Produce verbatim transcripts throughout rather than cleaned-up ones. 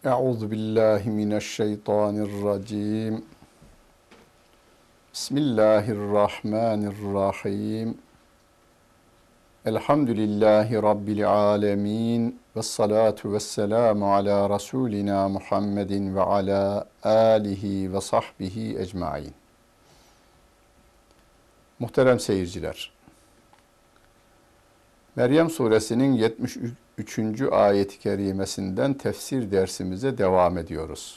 Euzu billahi mineşşeytanirracim. Bismillahirrahmanirrahim. Elhamdülillahi Rabbil alemin. Vessalatu vesselamu ala Resulina Muhammedin ve ala alihi ve sahbihi ecmain. Muhterem seyirciler, Meryem suresinin yetmiş üçüncü ayet-i kerimesinden tefsir dersimize devam ediyoruz.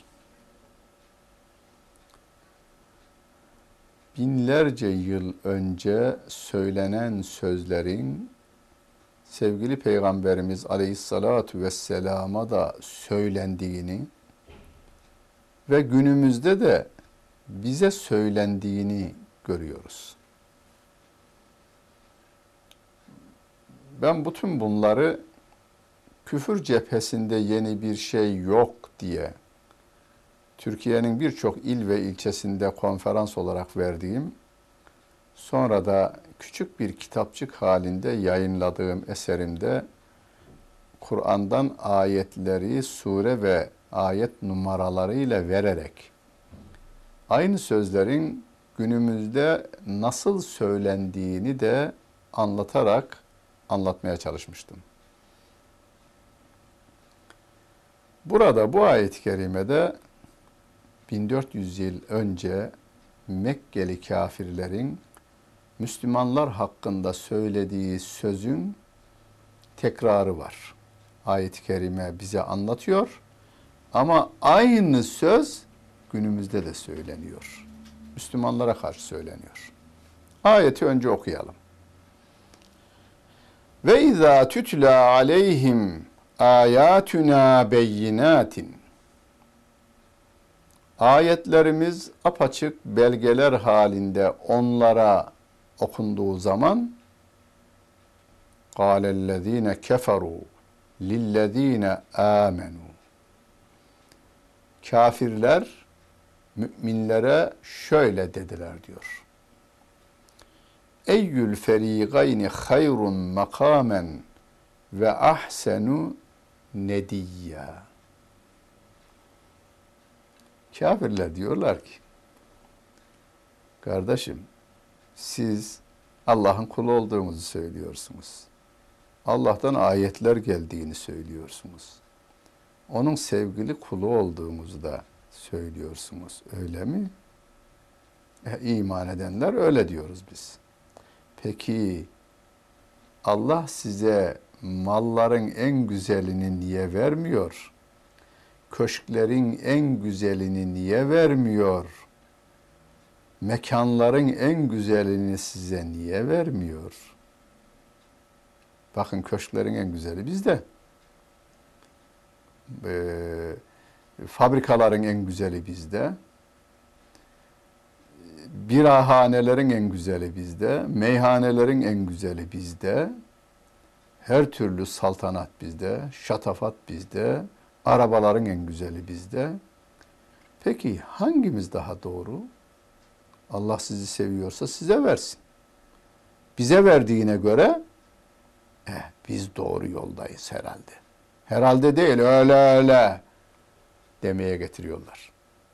Binlerce yıl önce söylenen sözlerin sevgili Peygamberimiz Aleyhissalatu vesselama da söylendiğini ve günümüzde de bize söylendiğini görüyoruz. Ben bütün bunları küfür cephesinde yeni bir şey yok diye Türkiye'nin birçok il ve ilçesinde konferans olarak verdiğim, sonra da küçük bir kitapçık halinde yayınladığım eserimde Kur'an'dan ayetleri, sure ve ayet numaralarıyla vererek aynı sözlerin günümüzde nasıl söylendiğini de anlatarak anlatmaya çalışmıştım. Burada bu ayet-i kerimede bin dört yüz yıl önce Mekkeli kafirlerin Müslümanlar hakkında söylediği sözün tekrarı var. Ayet-i kerime bize anlatıyor ama aynı söz günümüzde de söyleniyor. Müslümanlara karşı söyleniyor. Ayeti önce okuyalım. Ve izâ tütlâ aleyhim âyâtuna beyinâtin. Ayetlerimiz apaçık belgeler halinde onlara okunduğu zaman قَالَ keferu lillezîne âmenû. Kafirler müminlere şöyle dediler diyor. Eyyül ferîgayni hayrun makâmen ve ahsenu nediyya. Kafirler diyorlar ki, kardeşim siz Allah'ın kulu olduğunuzu söylüyorsunuz. Allah'tan ayetler geldiğini söylüyorsunuz. Onun sevgili kulu olduğunuzu da söylüyorsunuz. Öyle mi? E, iman edenler öyle diyoruz biz. Peki Allah size malların en güzelini niye vermiyor? Köşklerin en güzelini niye vermiyor? Mekanların en güzelini size niye vermiyor? Bakın köşklerin en güzeli bizde. Ee, fabrikaların en güzeli bizde. Birahanelerin en güzeli bizde. Meyhanelerin en güzeli bizde. Her türlü saltanat bizde. Şatafat bizde. Arabaların en güzeli bizde. Peki hangimiz daha doğru? Allah sizi seviyorsa size versin. Bize verdiğine göre eh, biz doğru yoldayız herhalde. Herhalde değil, öyle öyle demeye getiriyorlar.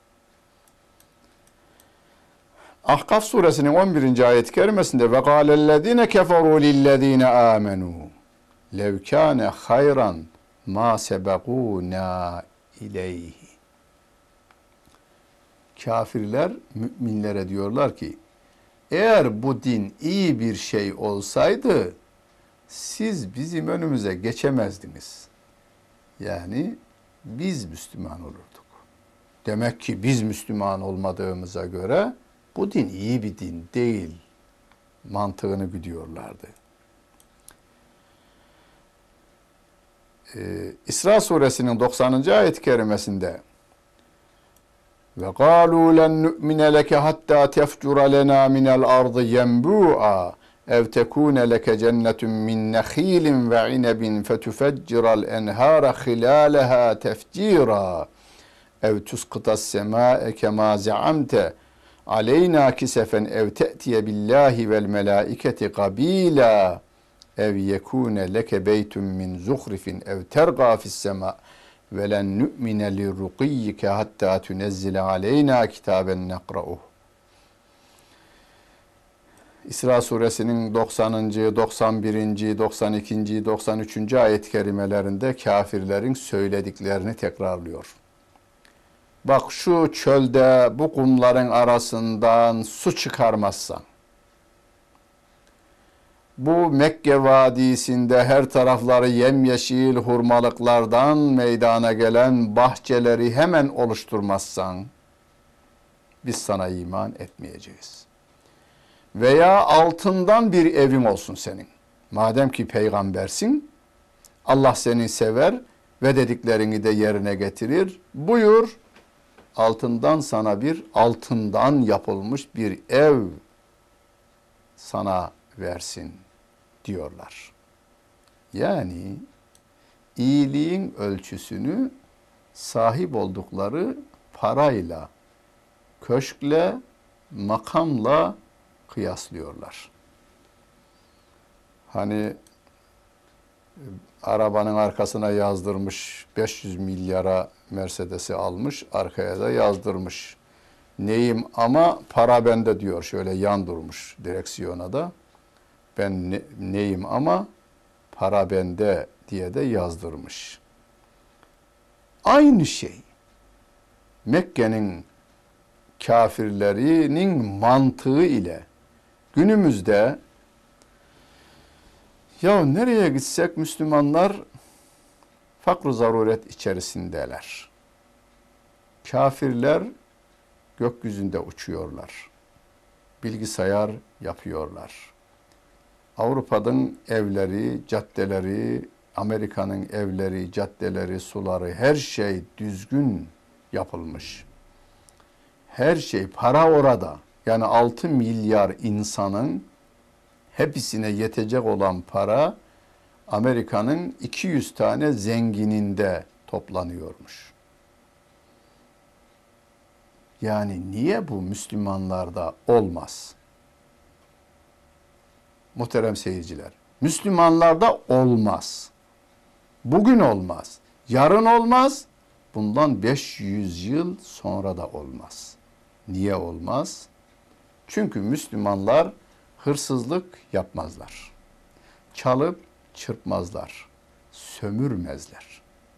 Ahkaf suresinin on birinci ayet-i kerimesinde ve kâlellezîne keferû lillezîne âmenû lev kâne hayran mâ sebegûnâ ileyhi. Kafirler müminlere diyorlar ki, eğer bu din iyi bir şey olsaydı siz bizim önümüze geçemezdiniz. Yani biz Müslüman olurduk. Demek ki biz Müslüman olmadığımıza göre bu din iyi bir din değil mantığını güdüyorlardı. Ee, İsra suresinin doksanıncı ayet-i kerimesinde ve قَالُوا لَنْ نُؤْمِنَ لَكَ حَتَّى تَفْجُرَ لَنَا مِنَ الْأَرْضِ يَنْبُوعًا اَوْ تَكُونَ لَكَ جَنَّةٌ مِّنْ نَخِيلٍ وَعِنَبٍ فَتُفَجِّرَ الْاَنْهَارَ خِلَالَهَا تَفْجِيرًا اَوْ تُسْقِطَ السَّمَاءَ كَمَا زَعَمْتَ عَلَيْنَا كِسَفًا اَوْ تَأْتِيَ بِاللّٰهِ وَالْمَلَائِكَةِ قَب۪يلًا اَوْ يَكُونَ لَكَ بَيْتٌ مِّنْ زُخْرِفٍ اَوْ تَرْقَى فِي السَّمَاءِ ve len nu'mine li ruqiyyike hatta tunezzile aleyna kitaben nekra'uh. İsra suresinin doksanıncı, doksan birinci, doksan ikinci, doksan üçüncü ayet-i kerimelerinde kafirlerin söylediklerini tekrarlıyor. Bak şu çölde bu kumların arasından su çıkarmazsan, bu Mekke Vadisi'nde her tarafları yemyeşil hurmalıklardan meydana gelen bahçeleri hemen oluşturmazsan, biz sana iman etmeyeceğiz. Veya altından bir evin olsun senin. Madem ki peygambersin, Allah seni sever ve dediklerini de yerine getirir. Buyur, altından sana bir, altından yapılmış bir ev sana versin diyorlar. Yani iyiliğin ölçüsünü sahip oldukları parayla, köşkle, makamla kıyaslıyorlar. Hani arabanın arkasına yazdırmış beş yüz milyara Mercedes'i almış, arkaya da yazdırmış. Neyim ama para bende diyor, şöyle yan durmuş direksiyona da. Ben ne, neyim ama para bende diye de yazdırmış. Aynı şey Mekke'nin kafirlerinin mantığı ile günümüzde ya nereye gitsek Müslümanlar fakr-ı zaruret içerisindeler. Kafirler gökyüzünde uçuyorlar. Bilgisayar yapıyorlar. Avrupa'nın evleri, caddeleri, Amerika'nın evleri, caddeleri, suları, her şey düzgün yapılmış. Her şey, para orada. Yani altı milyar insanın hepsine yetecek olan para Amerika'nın iki yüz tane zengininde toplanıyormuş. Yani niye bu Müslümanlarda olmaz? Muhterem seyirciler, Müslümanlarda olmaz. Bugün olmaz, yarın olmaz, bundan beş yüz yıl sonra da olmaz. Niye olmaz? Çünkü Müslümanlar hırsızlık yapmazlar. Çalıp çırpmazlar. Sömürmezler.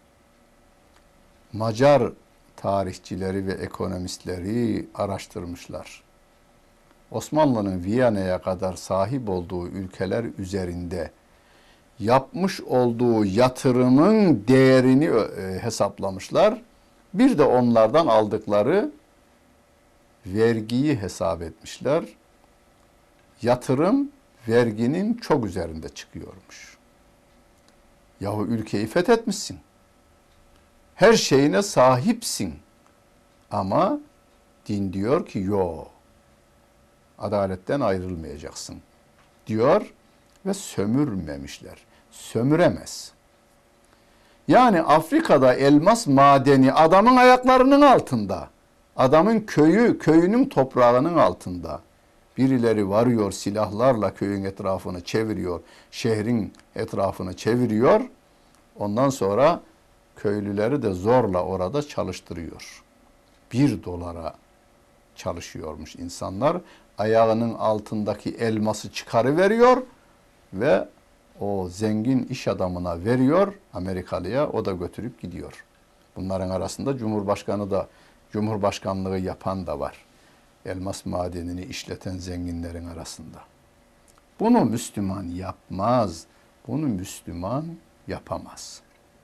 Macar tarihçileri ve ekonomistleri araştırmışlar. Osmanlı'nın Viyana'ya kadar sahip olduğu ülkeler üzerinde yapmış olduğu yatırımın değerini hesaplamışlar. Bir de onlardan aldıkları vergiyi hesap etmişler. Yatırım verginin çok üzerinde çıkıyormuş. Yahu ülkeyi fethetmişsin. Her şeyine sahipsin. Ama din diyor ki yok. Adaletten ayrılmayacaksın diyor ve sömürmemişler. Sömüremez. Yani Afrika'da elmas madeni adamın ayaklarının altında. Adamın köyü, köyünün toprağının altında. Birileri varıyor silahlarla köyün etrafını çeviriyor, şehrin etrafını çeviriyor. Ondan sonra köylüleri de zorla orada çalıştırıyor. Bir dolara çalışıyormuş insanlar. Ayağının altındaki elması çıkarıveriyor ve o zengin iş adamına veriyor, Amerikalıya, o da götürüp gidiyor. Bunların arasında Cumhurbaşkanı da, Cumhurbaşkanlığı yapan da var. Elmas madenini işleten zenginlerin arasında. Bunu Müslüman yapmaz. Bunu Müslüman yapamaz.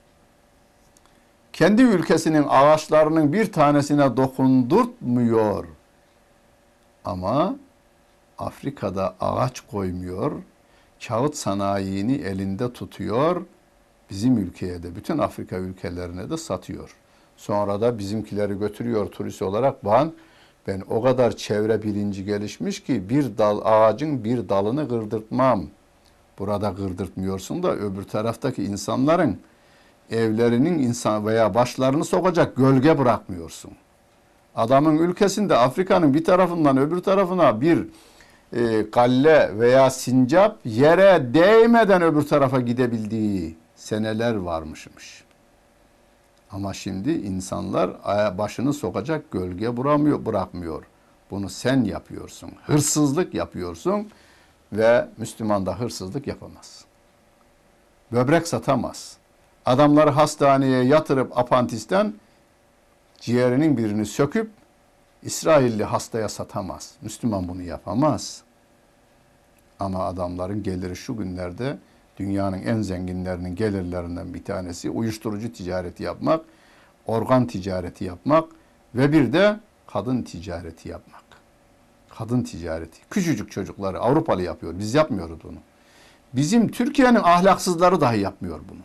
Kendi ülkesinin ağaçlarının bir tanesine dokundurtmuyor. Ama Afrika'da ağaç koymuyor, kağıt sanayini elinde tutuyor, bizim ülkeye de, bütün Afrika ülkelerine de satıyor. Sonra da bizimkileri götürüyor turist olarak. Ben, ben o kadar çevre bilinci gelişmiş ki bir dal ağacın bir dalını kırdırtmam. Burada kırdırtmıyorsun da öbür taraftaki insanların evlerinin insan veya başlarını sokacak gölge bırakmıyorsun. Adamın ülkesinde Afrika'nın bir tarafından öbür tarafına bir e, galle veya sincap yere değmeden öbür tarafa gidebildiği seneler varmışmış. Ama şimdi insanlar başını sokacak gölge bırakmıyor, bırakmıyor. Bunu sen yapıyorsun. Hırsızlık yapıyorsun ve Müslüman da hırsızlık yapamaz. Böbrek satamaz. Adamları hastaneye yatırıp apantisten ciğerinin birini söküp İsrailli hastaya satamaz. Müslüman bunu yapamaz. Ama adamların geliri şu günlerde dünyanın en zenginlerinin gelirlerinden bir tanesi uyuşturucu ticareti yapmak, organ ticareti yapmak ve bir de kadın ticareti yapmak. Kadın ticareti. Küçücük çocukları Avrupalı yapıyor. Biz yapmıyoruz bunu. Bizim Türkiye'nin ahlaksızları dahi yapmıyor bunu.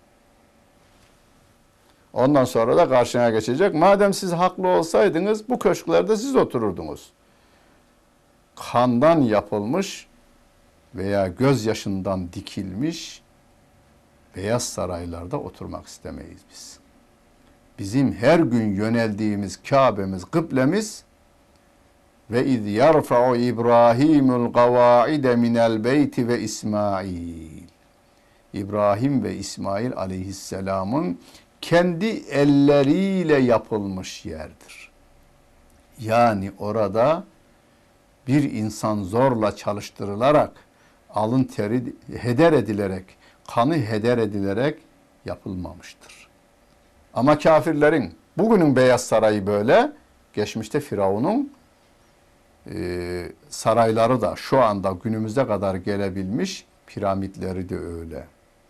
Ondan sonra da karşına geçecek. Madem siz haklı olsaydınız bu köşklerde siz otururdunuz. Kandan yapılmış veya gözyaşından dikilmiş beyaz saraylarda oturmak istemeyiz biz. Bizim her gün yöneldiğimiz Kabe'miz, kıblemiz ve iz yarfa'u İbrahimul gavaide minel beyti ve İsmail. İbrahim ve İsmail aleyhisselamın kendi elleriyle yapılmış yerdir. Yani orada bir insan zorla çalıştırılarak, alın teri heder edilerek, kanı heder edilerek yapılmamıştır. Ama kafirlerin, bugünün Beyaz Sarayı böyle, geçmişte Firavun'un e, sarayları da şu anda günümüze kadar gelebilmiş, piramitleri de öyle.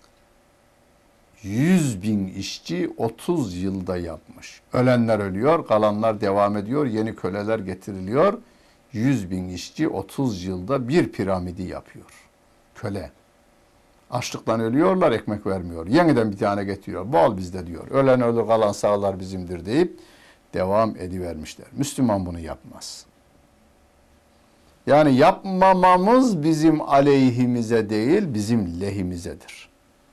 Yüz bin işçi otuz yılda yapmış. Ölenler ölüyor, kalanlar devam ediyor, yeni köleler getiriliyor. Yüz bin işçi otuz yılda bir piramidi yapıyor. Köle. Açlıktan ölüyorlar, ekmek vermiyor. Yeniden bir tane getiriyor. Bol bizde diyor. Ölen ölür, kalan sağlar bizimdir deyip devam edivermişler. Müslüman bunu yapmaz. Yani yapmamamız bizim aleyhimize değil, bizim lehimizedir.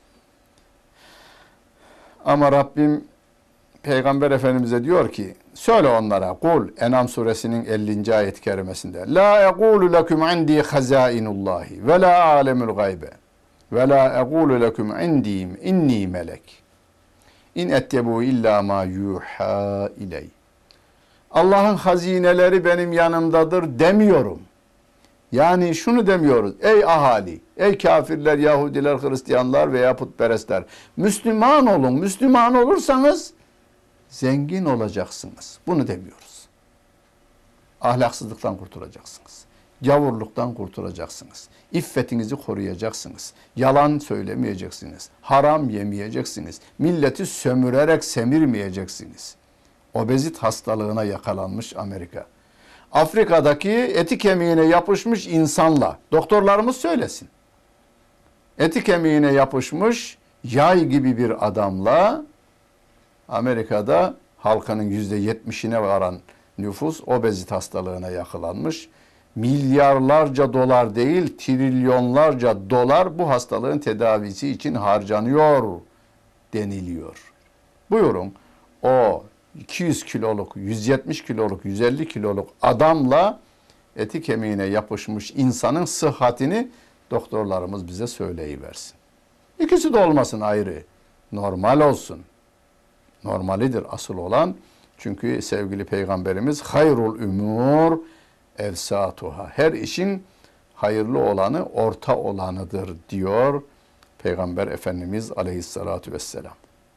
Ama Rabbim Peygamber Efendimiz'e diyor ki, söyle onlara, kul, En'am suresinin ellinci ayet-i kerimesinde, la ekulu lekum indi hazainullahi ve la alemul gaybe ve la ekulu lekum indim inni melek in ettebu illa ma yuha iley. Allah'ın hazineleri benim yanımdadır demiyorum. Yani şunu demiyoruz, ey ahali, ey kafirler, Yahudiler, Hristiyanlar veya putperestler, Müslüman olun, Müslüman olursanız zengin olacaksınız. Bunu demiyoruz. Ahlaksızlıktan kurtulacaksınız. Gavurluktan kurtulacaksınız. İffetinizi koruyacaksınız. Yalan söylemeyeceksiniz. Haram yemeyeceksiniz. Milleti sömürerek semirmeyeceksiniz. Obezit hastalığına yakalanmış Amerika. Afrika'daki eti kemiğine yapışmış insanla, doktorlarımız söylesin. Eti kemiğine yapışmış yay gibi bir adamla Amerika'da halkının yüzde yetmişine varan nüfus obezit hastalığına yakalanmış. Milyarlarca dolar değil, trilyonlarca dolar bu hastalığın tedavisi için harcanıyor deniliyor. Buyurun, o iki yüz kiloluk, yüz yetmiş kiloluk, yüz elli kiloluk adamla eti kemiğine yapışmış insanın sıhhatini doktorlarımız bize söyleyiversin. İkisi de olmasın ayrı. Normal olsun. Normalidir asıl olan. Çünkü sevgili Peygamberimiz hayrul umur evsatuhâ. Her işin hayırlı olanı orta olanıdır diyor Peygamber Efendimiz aleyhissalatu vesselam.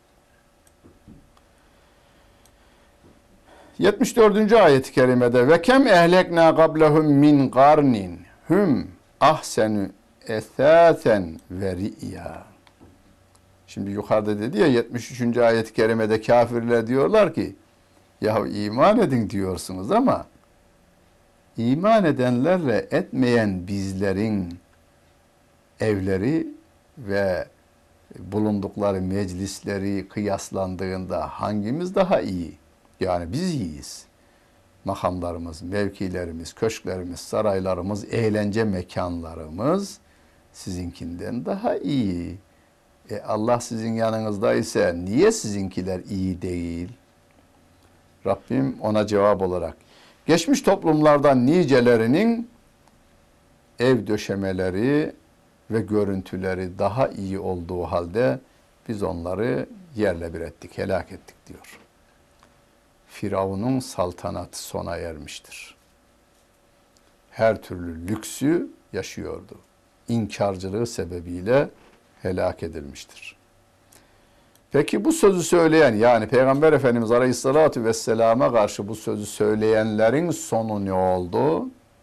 yetmiş dördüncü ayet-i kerimede ve kem ehlekna qablahum min qarnin hum ahsenu esasen ve ri'ya. Şimdi yukarıda dedi ya yetmiş üçüncü ayet-i kerimede kafirler diyorlar ki ya iman edin diyorsunuz ama iman edenlerle etmeyen bizlerin evleri ve bulundukları meclisleri kıyaslandığında hangimiz daha iyi? Yani biz iyiyiz. Makamlarımız, mevkilerimiz, köşklerimiz, saraylarımız, eğlence mekanlarımız sizinkinden daha iyi. E Allah sizin yanınızda ise niye sizinkiler iyi değil? Rabbim ona cevap olarak geçmiş toplumlardan nicelerinin ev döşemeleri ve görüntüleri daha iyi olduğu halde biz onları yerle bir ettik, helak ettik diyor. Firavun'un saltanatı sona ermiştir. Her türlü lüksü yaşıyordu. İnkarcılığı sebebiyle helak edilmiştir. Peki bu sözü söyleyen, yani Peygamber Efendimiz Aleyhisselatü Vesselam'a karşı bu sözü söyleyenlerin sonu ne oldu?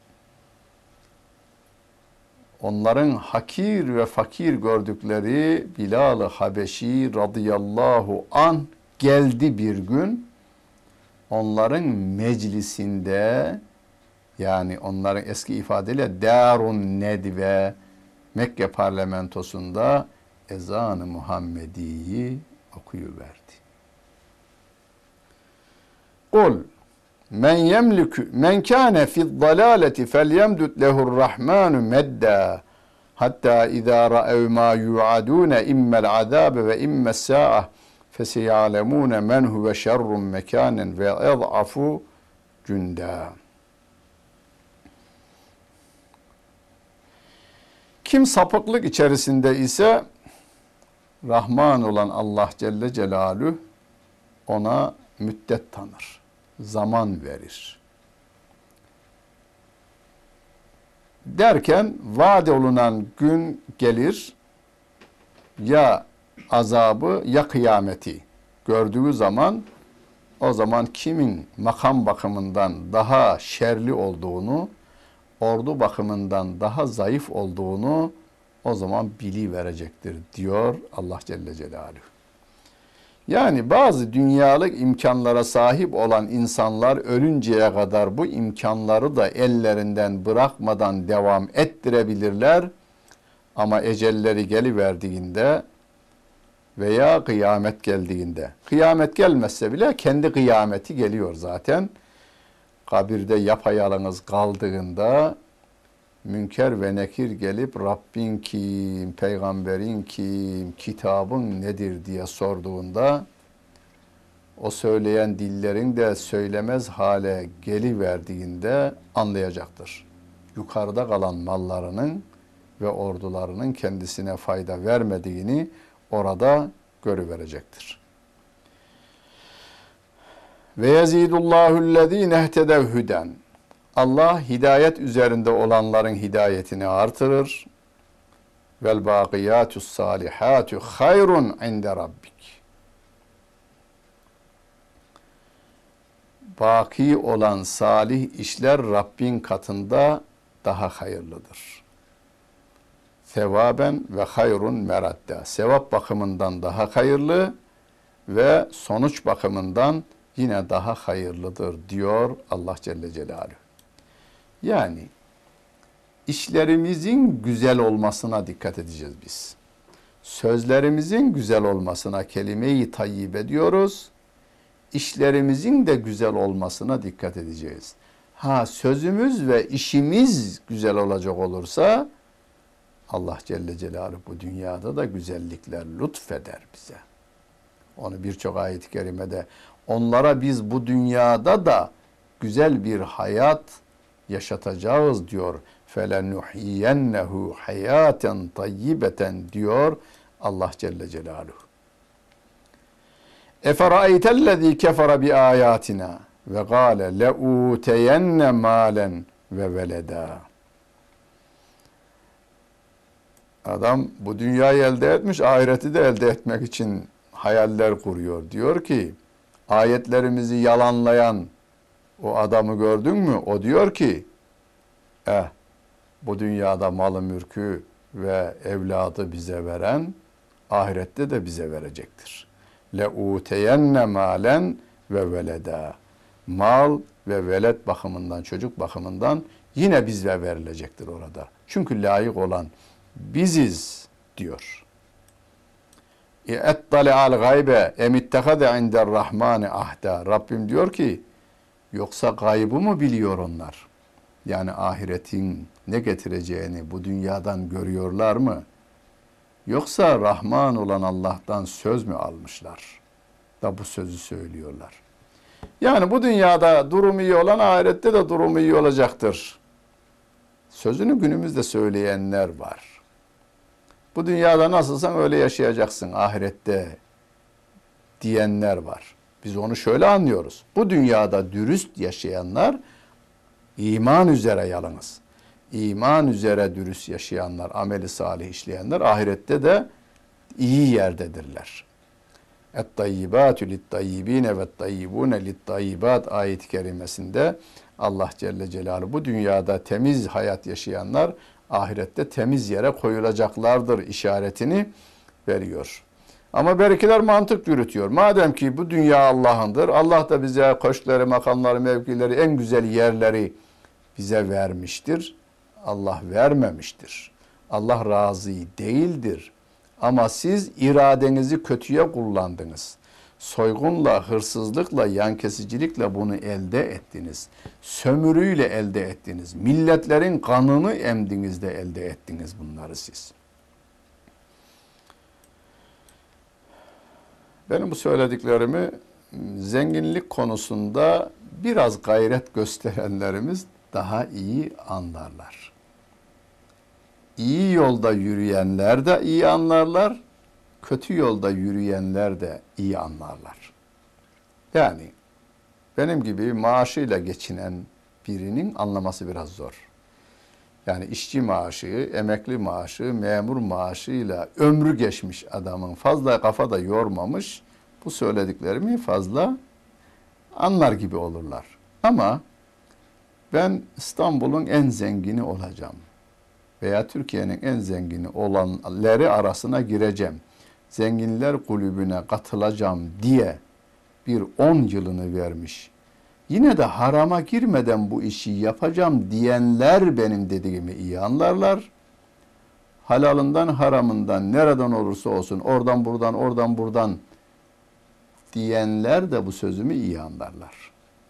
Onların hakir ve fakir gördükleri Bilal-ı Habeşi radıyallahu anh geldi bir gün, onların meclisinde, yani onların eski ifadeyle Darun Nedve, Mekke parlamentosunda ezan-ı Muhammedi'yi okuyuverdi. Kul men yemliku men kana fi'd dalaleti felyemdud lehu'r-rahmanu medda hatta iza ra'ev ma yu'adun imma'l azab ve imma's sa'a feseyalemun men huve şerrun mekanen ve ad'afu cunda. Kim sapıklık içerisinde ise Rahman olan Allah Celle Celaluhu ona müddet tanır, zaman verir. Derken vaad olunan gün gelir, ya azabı ya kıyameti gördüğü zaman, o zaman kimin makam bakımından daha şerli olduğunu, ordu bakımından daha zayıf olduğunu o zaman biliverecektir diyor Allah Celle Celaluhu. Yani bazı dünyalık imkanlara sahip olan insanlar ölünceye kadar bu imkanları da ellerinden bırakmadan devam ettirebilirler. Ama ecelleri geliverdiğinde veya kıyamet geldiğinde, kıyamet gelmezse bile kendi kıyameti geliyor zaten. Kabirde yapayalnız kaldığında Münker ve Nekir gelip Rabbin kim, peygamberin kim, kitabın nedir diye sorduğunda o söyleyen dillerin de söylemez hale geliverdiğinde anlayacaktır. Yukarıda kalan mallarının ve ordularının kendisine fayda vermediğini orada görüverecektir. Ve yezidullahü'llezîne ihtedev huden. Allah hidayet üzerinde olanların hidayetini artırır. Vel bâkiyâtus sâlihâtu hayrun inde rabbik. Baki olan salih işler Rabbin katında daha hayırlıdır. Sevaben ve hayrun meradda. Sevap bakımından daha hayırlı ve sonuç bakımından yine daha hayırlıdır diyor Allah Celle Celaluhu. Yani işlerimizin güzel olmasına dikkat edeceğiz biz. Sözlerimizin güzel olmasına kelime-i tayyibe diyoruz. İşlerimizin de güzel olmasına dikkat edeceğiz. Ha sözümüz ve işimiz güzel olacak olursa Allah Celle Celaluhu bu dünyada da güzellikler lütfeder bize. Onu birçok ayet-i kerimede onlara biz bu dünyada da güzel bir hayat yaşatacağız diyor. فَلَنُحْيَنَّهُ حَيَاتًا طَيِّبَةً diyor Allah Celle Celaluhu. اَفَرَأَيْتَ الَّذ۪ي كَفَرَ بِآيَاتِنَا وَقَالَ لَاُوْتَيَنَّ مَالًا وَوَلَدًا. Adam bu dünyayı elde etmiş, ahireti de elde etmek için hayaller kuruyor. Diyor ki, ayetlerimizi yalanlayan o adamı gördün mü? O diyor ki, eh, bu dünyada malı mülkü ve evladı bize veren, ahirette de bize verecektir. لَاُوْتَيَنَّ مَالًا وَوَلَدًا. Mal ve velet bakımından, çocuk bakımından yine bize verilecektir orada. Çünkü layık olan biziz diyor. اَتَّلَعَ الْغَيْبَ اَمِتَّخَذَ عِنْدَ الرَّحْمَانِ ahda. Rabbim diyor ki, yoksa gaybı mı biliyor onlar? Yani ahiretin ne getireceğini bu dünyadan görüyorlar mı? Yoksa Rahman olan Allah'tan söz mü almışlar da bu sözü söylüyorlar? Yani bu dünyada durumu iyi olan ahirette de durumu iyi olacaktır. Sözünü günümüzde söyleyenler var. Bu dünyada nasılsan öyle yaşayacaksın ahirette diyenler var. Biz onu şöyle anlıyoruz. Bu dünyada dürüst yaşayanlar iman üzere yalnız. İman üzere dürüst yaşayanlar, ameli salih işleyenler ahirette de iyi yerdedirler. Et-tayyibâtü lit-tayyibîne ve-tayyibûne lit-tayyibât ayet-i kerimesinde Allah Celle Celaluhu bu dünyada temiz hayat yaşayanlar ahirette temiz yere koyulacaklardır işaretini veriyor. Ama belkiler mantık yürütüyor. Madem ki bu dünya Allah'ındır, Allah da bize koşkları, makamları, mevkileri, en güzel yerleri bize vermiştir. Allah vermemiştir. Allah razı değildir. Ama siz iradenizi kötüye kullandınız. Soygunla, hırsızlıkla, yankesicilikle bunu elde ettiniz. Sömürüyle elde ettiniz. Milletlerin kanını emdiniz de elde ettiniz bunları siz. Benim bu söylediklerimi zenginlik konusunda biraz gayret gösterenlerimiz daha iyi anlarlar. İyi yolda yürüyenler de iyi anlarlar, kötü yolda yürüyenler de iyi anlarlar. Yani benim gibi maaşıyla geçinen birinin anlaması biraz zor. Yani işçi maaşı, emekli maaşı, memur maaşıyla ömrü geçmiş adamın fazla kafada yormamış, bu söylediklerimi fazla anlar gibi olurlar. Ama ben İstanbul'un en zengini olacağım veya Türkiye'nin en zengini olanları arasına gireceğim, zenginler kulübüne katılacağım diye bir on yılını vermiş, yine de harama girmeden bu işi yapacağım diyenler benim dediğimi iyi anlarlar. Halalından, haramından, nereden olursa olsun, oradan buradan, oradan buradan diyenler de bu sözümü iyi anlarlar.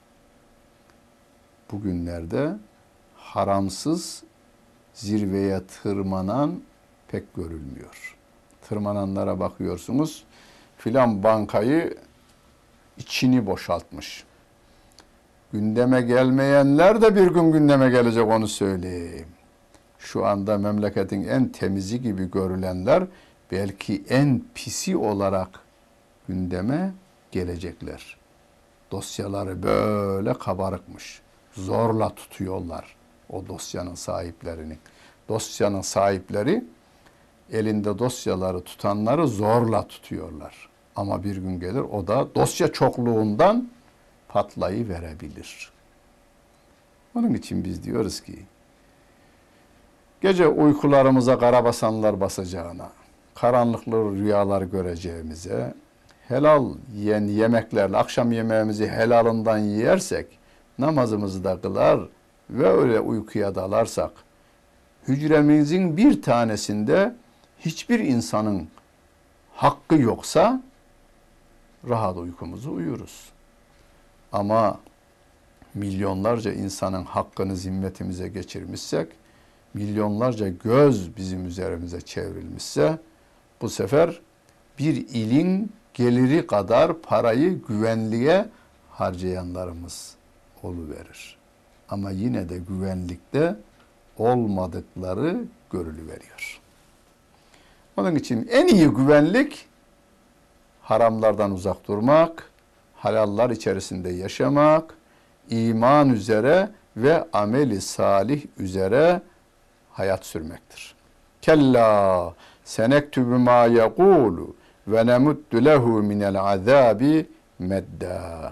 Bugünlerde haramsız zirveye tırmanan pek görülmüyor. Tırmananlara bakıyorsunuz, filan bankayı içini boşaltmış. Gündeme gelmeyenler de bir gün gündeme gelecek, onu söyleyeyim. Şu anda memleketin en temizi gibi görülenler belki en pisi olarak gündeme gelecekler. Dosyaları böyle kabarıkmış. Zorla tutuyorlar o dosyanın sahiplerini. Dosyanın sahipleri elinde dosyaları tutanları zorla tutuyorlar. Ama bir gün gelir o da dosya çokluğundan patlayıverebilir. Onun için biz diyoruz ki gece uykularımıza karabasanlar basacağına, karanlıklı rüyalar göreceğimize, helal yiyen yemeklerle akşam yemeğimizi helalından yersek, namazımızı da kılar ve öyle uykuya dalarsak, hücremizin bir tanesinde hiçbir insanın hakkı yoksa rahat uykumuzu uyuruz. Ama milyonlarca insanın hakkını zimmetimize geçirmişsek, milyonlarca göz bizim üzerimize çevrilmişse, bu sefer bir ilin geliri kadar parayı güvenliğe harcayanlarımız oluverir. Ama yine de güvenlikte olmadıkları görülüveriyor. Onun için en iyi güvenlik haramlardan uzak durmak, halallar içerisinde yaşamak, iman üzere ve ameli salih üzere hayat sürmektir. Kella senektübü ma yekulu ve nemuddu lehu minel azabi medda.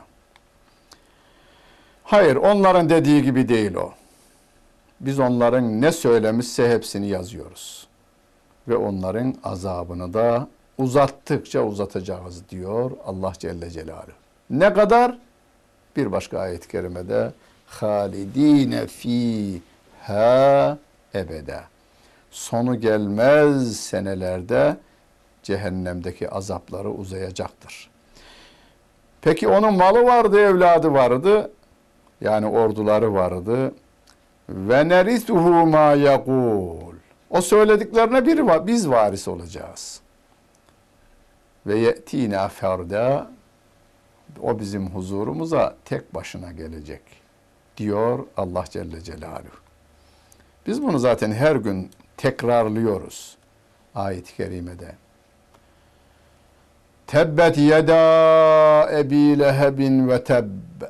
Hayır, onların dediği gibi değil o. Biz onların ne söylemişse hepsini yazıyoruz. Ve onların azabını da uzattıkça uzatacağız diyor Allah Celle Celaluhu. Ne kadar? Bir başka ayet-i kerimede halidine fiha ebede. Sonu gelmez senelerde cehennemdeki azapları uzayacaktır. Peki onun malı vardı, evladı vardı. Yani orduları vardı. Ve nerisuhu ma yekul. O söylediklerine bir biz varis olacağız. Ve ye'tina ferda. O bizim huzurumuza tek başına gelecek diyor Allah Celle Celaluhu. Biz bunu zaten her gün tekrarlıyoruz ayet-i kerimede. Tebbet yeda ebi lehebin ve tebb.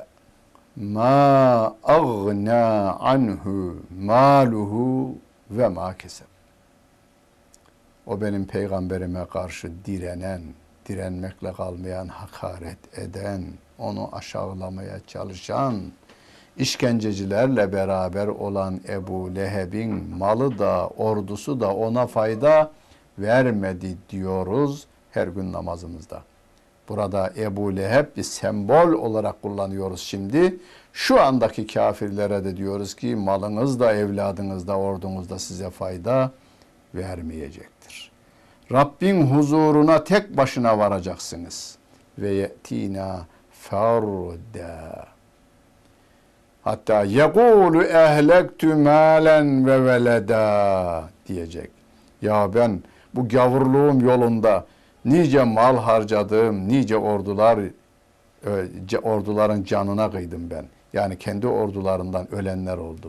Ma agna anhu maluhu ve ma keseb. O benim peygamberime karşı direnen, direnmekle kalmayan, hakaret eden, onu aşağılamaya çalışan, işkencecilerle beraber olan Ebu Leheb'in malı da, ordusu da ona fayda vermedi diyoruz her gün namazımızda. Burada Ebu Leheb bir sembol olarak kullanıyoruz şimdi. Şu andaki kafirlere de diyoruz ki malınız da, evladınız da, ordunuz da size fayda vermeyecektir. Rabbin huzuruna tek başına varacaksınız. Ve ye'tina farda. Hatta yekulu ehlektu malen ve veleda diyecek. Ya ben bu gavurluğum yolunda nice mal harcadım, nice ordular, orduların canına kıydım ben. Yani kendi ordularından ölenler oldu.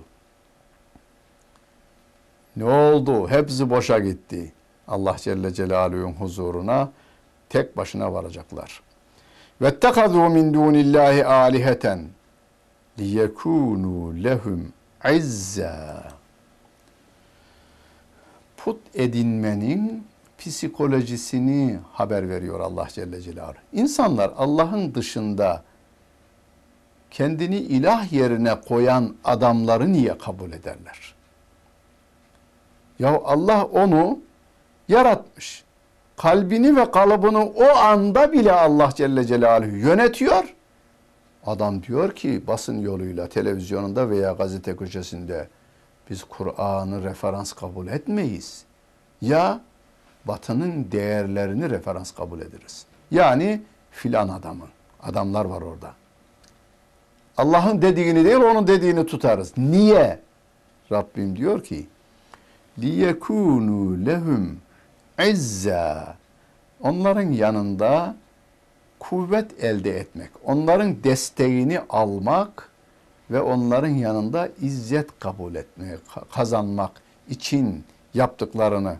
Ne oldu? Hepsi boşa gitti. Allah Celle Celaluhu'nun huzuruna tek başına varacaklar. وَاتَّخَذُوا مِنْ دُونِ اللّٰهِ آلِهَةً لِيَكُونُوا لَهُمْ عِزَّا. Put edinmenin psikolojisini haber veriyor Allah Celle Celaluhu. İnsanlar Allah'ın dışında kendini ilah yerine koyan adamları niye kabul ederler? Ya Allah onu yaratmış. Kalbini ve kalıbını o anda bile Allah Celle Celaluhu yönetiyor. Adam diyor ki basın yoluyla, televizyonunda veya gazete köşesinde biz Kur'an'ı referans kabul etmeyiz. Ya Batı'nın değerlerini referans kabul ederiz. Yani filan adamın. Adamlar var orada. Allah'ın dediğini değil, onun dediğini tutarız. Niye? Rabbim diyor ki liyekûnû lehum izza. Onların yanında kuvvet elde etmek, onların desteğini almak ve onların yanında izzet kabul etmek, kazanmak için yaptıklarını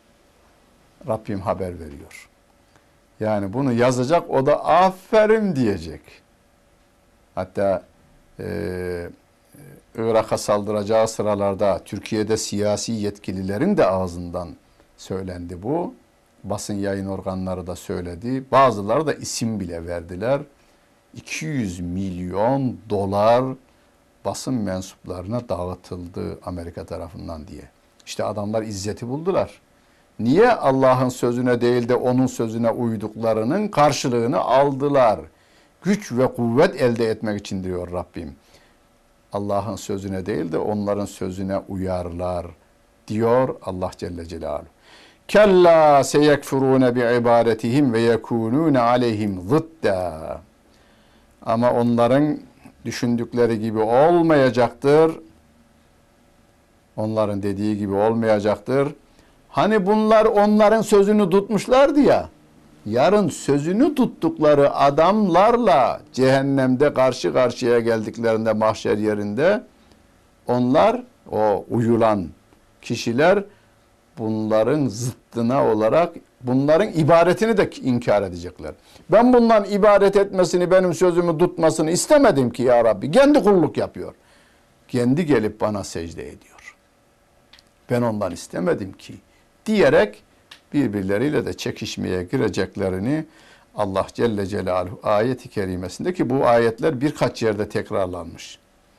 Rabbim haber veriyor. Yani bunu yazacak, o da aferin diyecek. Hatta e, Irak'a saldıracağı sıralarda Türkiye'de siyasi yetkililerin de ağzından söylendi bu. Basın yayın organları da söyledi. Bazıları da isim bile verdiler. iki yüz milyon dolar basın mensuplarına dağıtıldı Amerika tarafından diye. İşte adamlar izzeti buldular. Niye Allah'ın sözüne değil de onun sözüne uyduklarının karşılığını aldılar? Güç ve kuvvet elde etmek için diyor Rabbim. Allah'ın sözüne değil de onların sözüne uyarlar diyor Allah Celle Celaluhu. Kella seyekfurune bi ibadetihim ve yekunune aleyhim zıdda. Ama onların düşündükleri gibi olmayacaktır. Onların dediği gibi olmayacaktır. Hani bunlar onların sözünü tutmuşlardı ya. Yarın sözünü tuttukları adamlarla cehennemde karşı karşıya geldiklerinde mahşer yerinde onlar, o uyulan kişiler bunların zıttına olarak bunların ibadetini de inkar edecekler. Ben bundan ibadet etmesini, benim sözümü tutmasını istemedim ki ya Rabbi. Kendi kulluk yapıyor. Kendi gelip bana secde ediyor. Ben ondan istemedim ki diyerek birbirleriyle de çekişmeye gireceklerini Allah Celle Celaluhu ayet-i kerimesinde, ki bu ayetler birkaç yerde tekrarlanmış.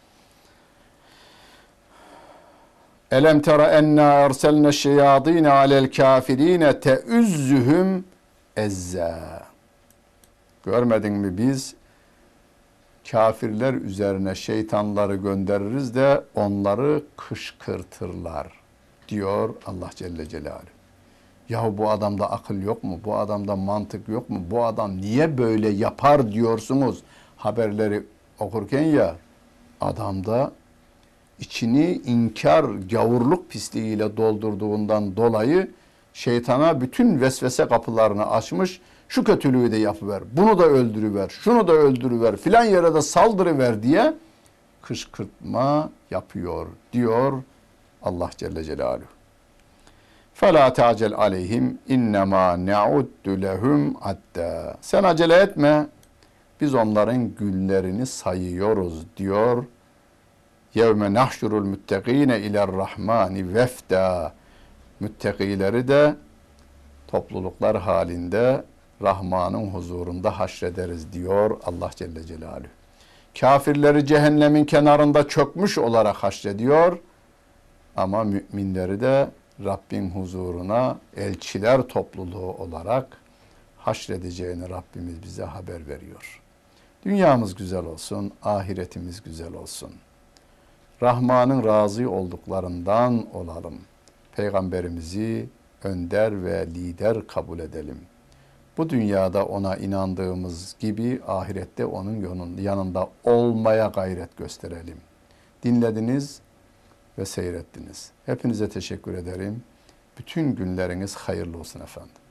Elem tera enna erselne şeyadine alel kafirine teüzzühüm ezza. Görmedin mi biz kafirler üzerine şeytanları göndeririz de onları kışkırtırlar diyor Allah Celle Celaluhu. Yahu bu adamda akıl yok mu? Bu adamda mantık yok mu? Bu adam niye böyle yapar diyorsunuz haberleri okurken ya, adamda içini inkar, gavurluk pisliğiyle doldurduğundan dolayı şeytana bütün vesvese kapılarını açmış. Şu kötülüğü de yapıver, bunu da öldürüver, şunu da öldürüver, filan yere de saldırıver diye kışkırtma yapıyor diyor Allah Celle Celaluhu. فَلَا تَعْجَلْ عَلَيْهِمْ اِنَّمَا نَعُدُّ لَهُمْ عَدَّا. Sen acele etme. Biz onların günlerini sayıyoruz diyor. يَوْمَ نَحْشُرُ الْمُتَّقِينَ اِلَى الرَّحْمَانِ وَفْدًا. Müttakileri de topluluklar halinde Rahman'ın huzurunda haşrederiz diyor Allah Celle Celaluhu. Kafirleri cehennemin kenarında çökmüş olarak haşrediyor. Ama müminleri de Rabbin huzuruna elçiler topluluğu olarak haşredeceğini Rabbimiz bize haber veriyor. Dünyamız güzel olsun, ahiretimiz güzel olsun. Rahman'ın razı olduklarından olalım. Peygamberimizi önder ve lider kabul edelim. Bu dünyada ona inandığımız gibi ahirette onun yanında olmaya gayret gösterelim. Dinlediniz ve seyrettiniz. Hepinize teşekkür ederim. Bütün günleriniz hayırlı olsun efendim.